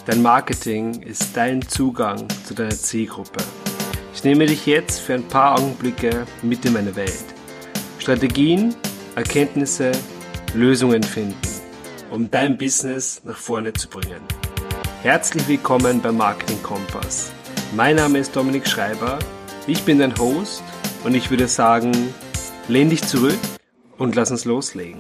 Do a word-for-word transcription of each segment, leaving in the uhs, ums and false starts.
Dein Marketing ist dein Zugang zu deiner Zielgruppe. Ich nehme dich jetzt für ein paar Augenblicke mit in meine Welt. Strategien, Erkenntnisse, Lösungen finden, um dein Business nach vorne zu bringen. Herzlich willkommen beim Marketing Kompass. Mein Name ist Dominik Schreiber, ich bin dein Host und ich würde sagen, lehn dich zurück und lass uns loslegen.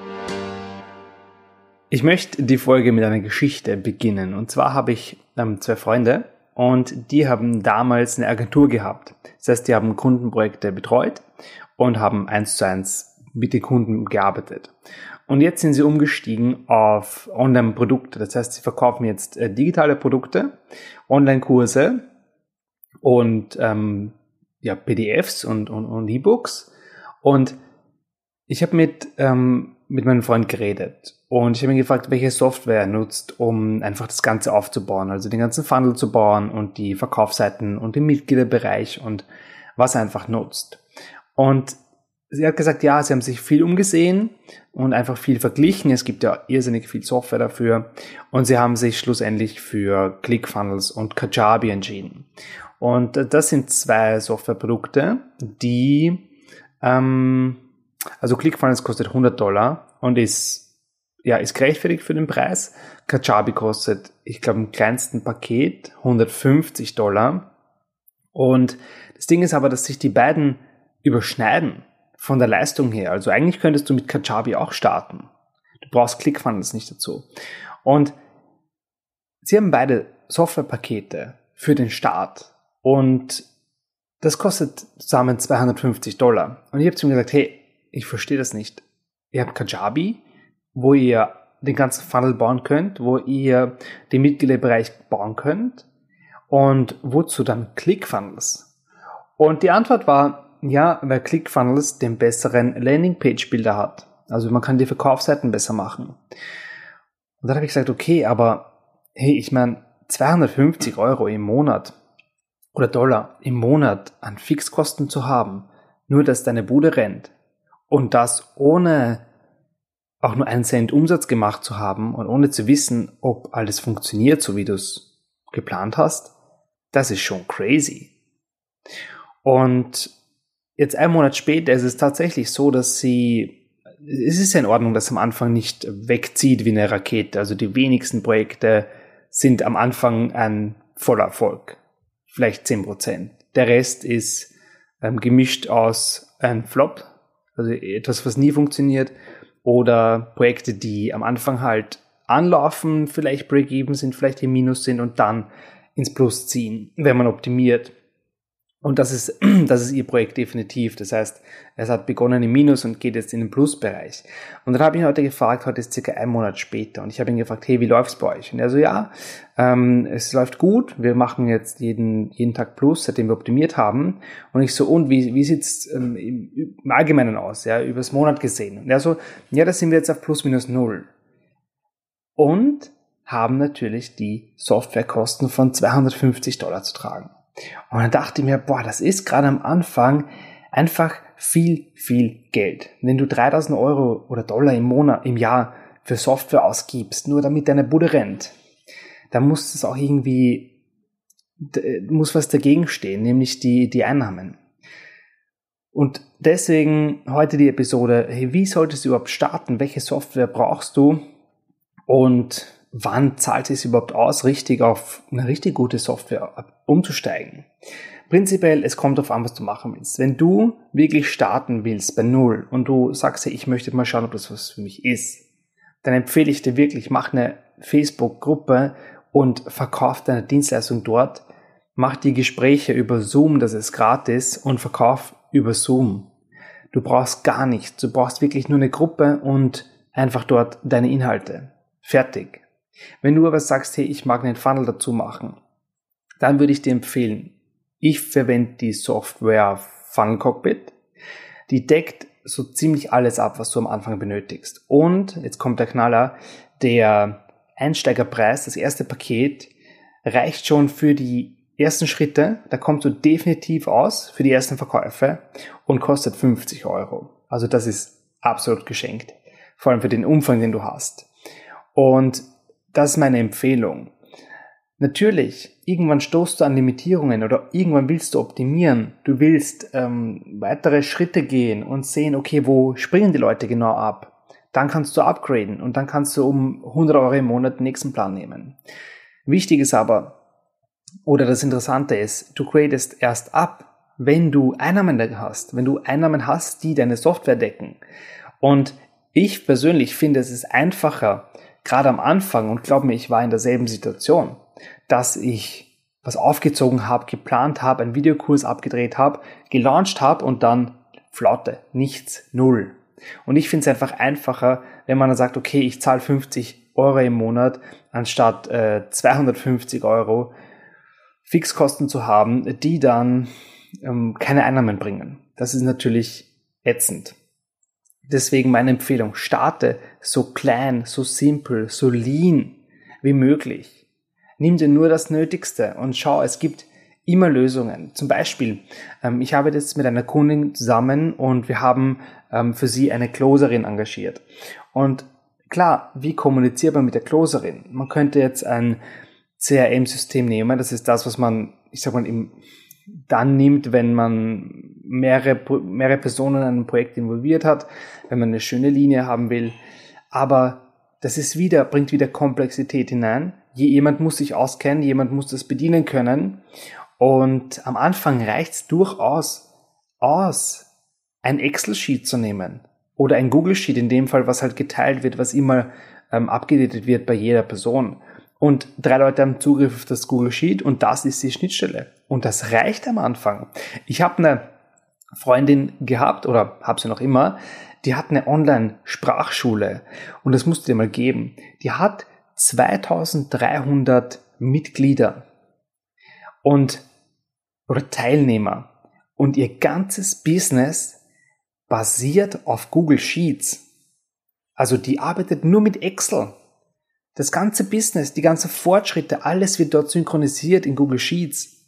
Ich möchte die Folge mit einer Geschichte beginnen. Und zwar habe ich ähm, zwei Freunde und die haben damals eine Agentur gehabt. Das heißt, die haben Kundenprojekte betreut und haben eins zu eins mit den Kunden gearbeitet. Und jetzt sind sie umgestiegen auf Online-Produkte. Das heißt, sie verkaufen jetzt äh, digitale Produkte, Online-Kurse und ähm, ja, P D Fs und, und, und E-Books. Und ich habe mit, ähm, mit meinem Freund geredet. Und ich habe ihn gefragt, welche Software er nutzt, um einfach das Ganze aufzubauen, also den ganzen Funnel zu bauen und die Verkaufsseiten und den Mitgliederbereich und was er einfach nutzt. Und sie hat gesagt, ja, sie haben sich viel umgesehen und einfach viel verglichen. Es gibt ja irrsinnig viel Software dafür. Und sie haben sich schlussendlich für ClickFunnels und Kajabi entschieden. Und das sind zwei Softwareprodukte, die, ähm, also ClickFunnels kostet hundert Dollar und ist Ja, ist gerechtfertigt für den Preis. Kajabi kostet, ich glaube, im kleinsten Paket hundertfünfzig Dollar. Und das Ding ist aber, dass sich die beiden überschneiden von der Leistung her. Also eigentlich könntest du mit Kajabi auch starten. Du brauchst ClickFunnels nicht dazu. Und sie haben beide Softwarepakete für den Start. Und das kostet zusammen zweihundertfünfzig Dollar. Und ich habe zu ihm gesagt, hey, ich verstehe das nicht. Ihr habt Kajabi, wo ihr den ganzen Funnel bauen könnt, wo ihr den Mitgliederbereich bauen könnt und wozu dann ClickFunnels? Und die Antwort war, ja, weil ClickFunnels den besseren Landingpage-Bilder hat. Also man kann die Verkaufsseiten besser machen. Und dann habe ich gesagt, okay, aber hey, ich meine, zweihundertfünfzig Euro im Monat oder Dollar im Monat an Fixkosten zu haben, nur dass deine Bude rennt und das ohne auch nur einen Cent Umsatz gemacht zu haben und ohne zu wissen, ob alles funktioniert, so wie du es geplant hast, das ist schon crazy. Und jetzt einen Monat später ist es tatsächlich so, dass sie, es ist ja in Ordnung, dass am Anfang nicht wegzieht wie eine Rakete. Also die wenigsten Projekte sind am Anfang ein voller Erfolg. Vielleicht zehn Prozent. Der Rest ist ähm, gemischt aus einem Flop, also etwas, was nie funktioniert, oder Projekte, die am Anfang halt anlaufen, vielleicht Break-Even sind, vielleicht im Minus sind und dann ins Plus ziehen, wenn man optimiert. Und das ist, das ist ihr Projekt definitiv. Das heißt, es hat begonnen im Minus und geht jetzt in den Plusbereich. Und dann habe ich ihn heute gefragt, heute ist circa ein Monat später, und ich habe ihn gefragt, hey, wie läuft's bei euch? Und er so, ja, ähm, es läuft gut, wir machen jetzt jeden, jeden Tag Plus, seitdem wir optimiert haben. Und ich so, und wie, wie sieht's ähm, im, im Allgemeinen aus, ja, übers Monat gesehen? Und er so, ja, da sind wir jetzt auf plus minus null. Und haben natürlich die Softwarekosten von zweihundertfünfzig Dollar zu tragen. Und dann dachte ich mir, boah, das ist gerade am Anfang einfach viel, viel Geld. Wenn du dreitausend Euro oder Dollar im Monat, im Jahr für Software ausgibst, nur damit deine Bude rennt, dann muss es auch irgendwie, muss was dagegen stehen, nämlich die, die Einnahmen. Und deswegen heute die Episode, hey, wie solltest du überhaupt starten? Welche Software brauchst du? Und wann zahlt es überhaupt aus, richtig auf eine richtig gute Software umzusteigen? Prinzipiell, es kommt darauf an, was du machen willst. Wenn du wirklich starten willst bei Null und du sagst, hey, ich möchte mal schauen, ob das was für mich ist, dann empfehle ich dir wirklich, mach eine Facebook-Gruppe und verkauf deine Dienstleistung dort. Mach die Gespräche über Zoom, das ist gratis, und verkauf über Zoom. Du brauchst gar nichts. Du brauchst wirklich nur eine Gruppe und einfach dort deine Inhalte. Fertig. Wenn du aber sagst, hey, ich mag einen Funnel dazu machen, dann würde ich dir empfehlen, ich verwende die Software Funnel Cockpit. Die deckt so ziemlich alles ab, was du am Anfang benötigst. Und, jetzt kommt der Knaller, der Einsteigerpreis, das erste Paket, reicht schon für die ersten Schritte. Da kommst du definitiv aus für die ersten Verkäufe und kostet fünfzig Euro. Also das ist absolut geschenkt. Vor allem für den Umfang, den du hast. Und das ist meine Empfehlung. Natürlich, irgendwann stoßt du an Limitierungen oder irgendwann willst du optimieren. Du willst ähm, weitere Schritte gehen und sehen, okay, wo springen die Leute genau ab? Dann kannst du upgraden und dann kannst du um hundert Euro im Monat den nächsten Plan nehmen. Wichtig ist aber, oder das Interessante ist, du gradest erst ab, wenn du Einnahmen hast, wenn du Einnahmen hast, die deine Software decken. Und ich persönlich finde, es ist einfacher, gerade am Anfang, und glaub mir, ich war in derselben Situation, dass ich was aufgezogen habe, geplant habe, einen Videokurs abgedreht habe, gelauncht habe und dann Flaute, nichts, null. Und ich finde es einfach einfacher, wenn man dann sagt, okay, ich zahle fünfzig Euro im Monat, anstatt äh, zweihundertfünfzig Euro Fixkosten zu haben, die dann ähm, keine Einnahmen bringen. Das ist natürlich ätzend. Deswegen meine Empfehlung, starte so klein, so simpel, so lean wie möglich. Nimm dir nur das Nötigste und schau, es gibt immer Lösungen. Zum Beispiel, ähm, ich arbeite jetzt mit einer Kundin zusammen und wir haben ähm, für sie eine Closerin engagiert. Und klar, wie kommuniziert man mit der Closerin? Man könnte jetzt ein C R M-System nehmen, das ist das, was man, ich sag mal, im, dann nimmt, wenn man mehrere, mehrere Personen in einem Projekt involviert hat, wenn man eine schöne Linie haben will. Aber das ist wieder, bringt wieder Komplexität hinein. Jemand muss sich auskennen, jemand muss das bedienen können. Und am Anfang reicht es durchaus aus, ein Excel-Sheet zu nehmen oder ein Google-Sheet in dem Fall, was halt geteilt wird, was immer ähm, abgedatet wird bei jeder Person. Und drei Leute haben Zugriff auf das Google Sheet und das ist die Schnittstelle. Und das reicht am Anfang. Ich habe eine Freundin gehabt oder habe sie noch immer, die hat eine Online-Sprachschule und das musst du dir mal geben. Die hat zweitausenddreihundert Mitglieder und oder Teilnehmer und ihr ganzes Business basiert auf Google Sheets. Also die arbeitet nur mit Excel. Das ganze Business, die ganzen Fortschritte, alles wird dort synchronisiert in Google Sheets.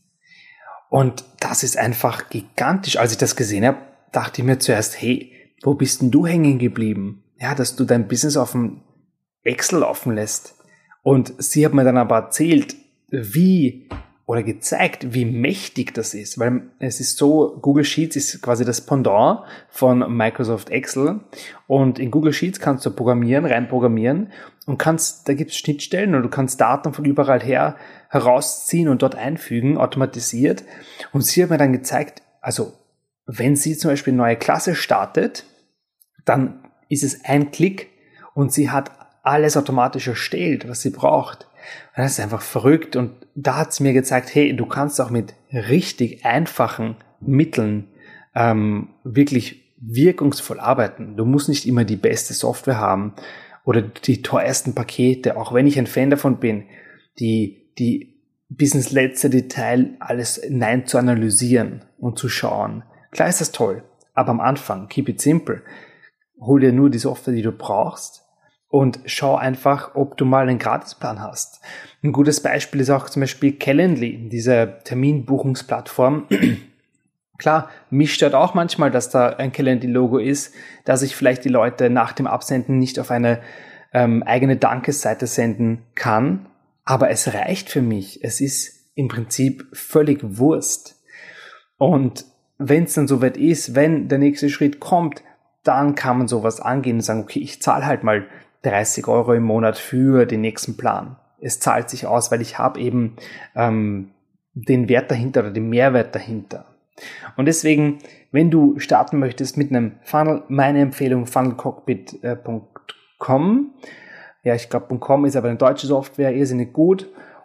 Und das ist einfach gigantisch. Als ich das gesehen habe, dachte ich mir zuerst, hey, wo bist denn du hängen geblieben? Ja, dass du dein Business auf dem Excel laufen lässt. Und sie hat mir dann aber erzählt, wie oder gezeigt, wie mächtig das ist. Weil es ist so, Google Sheets ist quasi das Pendant von Microsoft Excel. Und in Google Sheets kannst du programmieren, rein programmieren und kannst, da gibt es Schnittstellen und du kannst Daten von überall her herausziehen und dort einfügen, automatisiert. Und sie hat mir dann gezeigt, also wenn sie zum Beispiel eine neue Klasse startet, dann ist es ein Klick und sie hat alles automatisch erstellt, was sie braucht. Und das ist einfach verrückt. Und da hat es mir gezeigt, hey, du kannst auch mit richtig einfachen Mitteln ähm, wirklich wirkungsvoll arbeiten. Du musst nicht immer die beste Software haben oder die teuersten Pakete, auch wenn ich ein Fan davon bin, die, die bis ins letzte Detail alles hinein zu analysieren und zu schauen. Klar ist das toll, aber am Anfang, keep it simple. Hol dir nur die Software, die du brauchst und schau einfach, ob du mal einen Gratisplan hast. Ein gutes Beispiel ist auch zum Beispiel Calendly, diese Terminbuchungsplattform. Klar, mich stört auch manchmal, dass da ein Calendly-Logo ist, dass ich vielleicht die Leute nach dem Absenden nicht auf eine ähm, eigene Dankesseite senden kann, aber es reicht für mich. Es ist im Prinzip völlig Wurst. Und wenn es dann soweit ist, wenn der nächste Schritt kommt, dann kann man sowas angehen und sagen, okay, ich zahle halt mal dreißig Euro im Monat für den nächsten Plan. Es zahlt sich aus, weil ich habe eben ähm, den Wert dahinter oder den Mehrwert dahinter. Und deswegen, wenn du starten möchtest mit einem Funnel, meine Empfehlung funnel cockpit punkt com. Ja, ich glaube, .com ist aber eine deutsche Software, irrsinnig gut.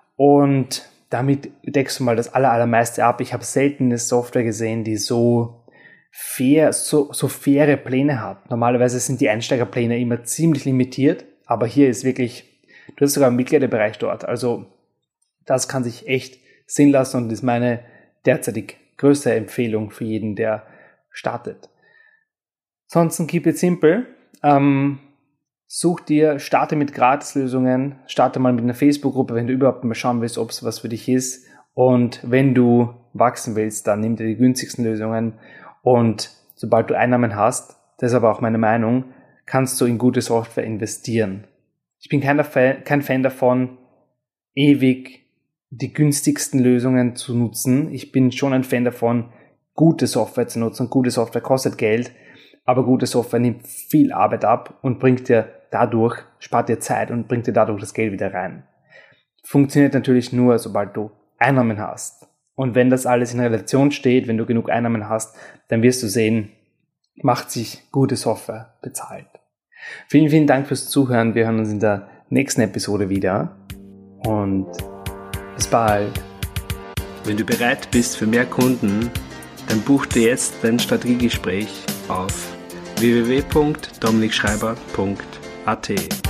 Und damit deckst du mal das aller, allermeiste ab. Ich habe selten eine Software gesehen, die so fair, so, so faire Pläne hat. Normalerweise sind die Einsteigerpläne immer ziemlich limitiert, aber hier ist wirklich, du hast sogar einen Mitgliederbereich dort. Also das kann sich echt sehen lassen und ist meine derzeitig größte Empfehlung für jeden, der startet. Ansonsten keep it simple. Ähm, such dir, starte mit Gratislösungen, starte mal mit einer Facebook-Gruppe, wenn du überhaupt mal schauen willst, ob es was für dich ist. Und wenn du wachsen willst, dann nimm dir die günstigsten Lösungen. Und sobald du Einnahmen hast, das ist aber auch meine Meinung, kannst du in gute Software investieren. Ich bin kein Fan, kein Fan davon, ewig die günstigsten Lösungen zu nutzen. Ich bin schon ein Fan davon, gute Software zu nutzen. Gute Software kostet Geld, aber gute Software nimmt viel Arbeit ab und bringt dir dadurch, spart dir Zeit und bringt dir dadurch das Geld wieder rein. Funktioniert natürlich nur, sobald du Einnahmen hast. Und wenn das alles in Relation steht, wenn du genug Einnahmen hast, dann wirst du sehen, macht sich gute Software bezahlt. Vielen, vielen Dank fürs Zuhören. Wir hören uns in der nächsten Episode wieder und bis bald. Wenn du bereit bist für mehr Kunden, dann buch dir jetzt dein Strategiegespräch auf w w w punkt dominik schreiber punkt a t.